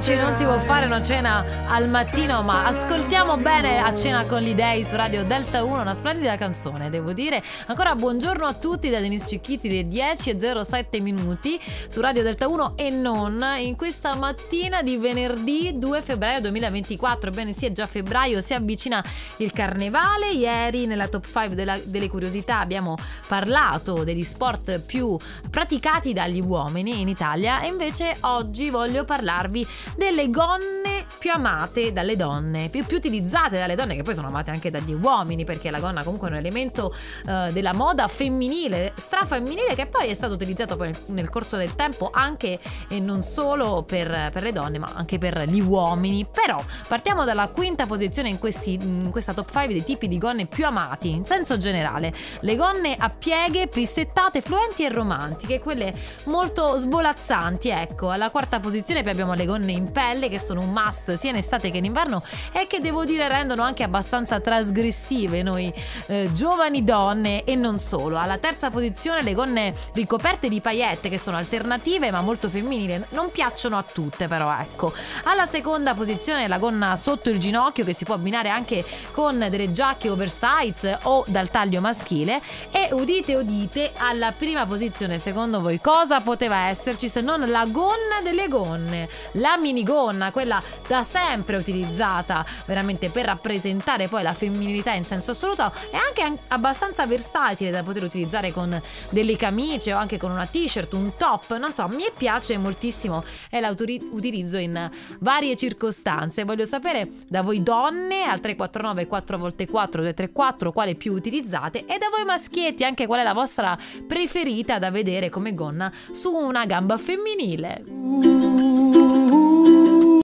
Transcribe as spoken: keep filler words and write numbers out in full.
oggi non si può fare una cena al mattino, ma ascoltiamo bene A Cena con gli Dei su Radio Delta uno, una splendida canzone, devo dire. Ancora buongiorno a tutti da Denise Cicchiti, le dieci e zero sette minuti su Radio Delta uno e non, in questa mattina di venerdì due febbraio duemilaventiquattro. Ebbene sì, è già febbraio, si avvicina il carnevale. Ieri nella top cinque della, delle curiosità abbiamo parlato degli sport più praticati dagli uomini in Italia, e invece oggi voglio parlarvi delle gonne più amate dalle donne, più, più utilizzate dalle donne, che poi sono amate anche dagli uomini, perché la gonna comunque è un elemento uh, della moda femminile, strafemminile, che poi è stato utilizzato poi nel, nel corso del tempo anche e non solo per, per le donne, ma anche per gli uomini. Però partiamo dalla quinta posizione in, questi, in questa top cinque dei tipi di gonne più amati in senso generale: le gonne a pieghe plissettate, fluenti e romantiche, quelle molto svolazzanti. Ecco, alla quarta posizione poi abbiamo le gonne in pelle, che sono un must sia in estate che in inverno, e che devo dire rendono anche abbastanza trasgressive noi eh, giovani donne e non solo. Alla terza posizione le gonne ricoperte di paillette, che sono alternative ma molto femminili, non piacciono a tutte però, ecco. Alla seconda posizione la gonna sotto il ginocchio, che si può abbinare anche con delle giacche oversize o dal taglio maschile. E udite udite, alla prima posizione secondo voi cosa poteva esserci se non la gonna delle gonne, la minigonna, quella da sempre utilizzata veramente per rappresentare poi la femminilità in senso assoluto, e anche abbastanza versatile da poter utilizzare con delle camicie o anche con una t-shirt, un top, non so, mi piace moltissimo e la utilizzo in varie circostanze. Voglio sapere da voi donne al tre quattro nove quattro volte quattro due tre quattro quale più utilizzate, e da voi maschietti anche qual è la vostra preferita da vedere come gonna su una gamba femminile.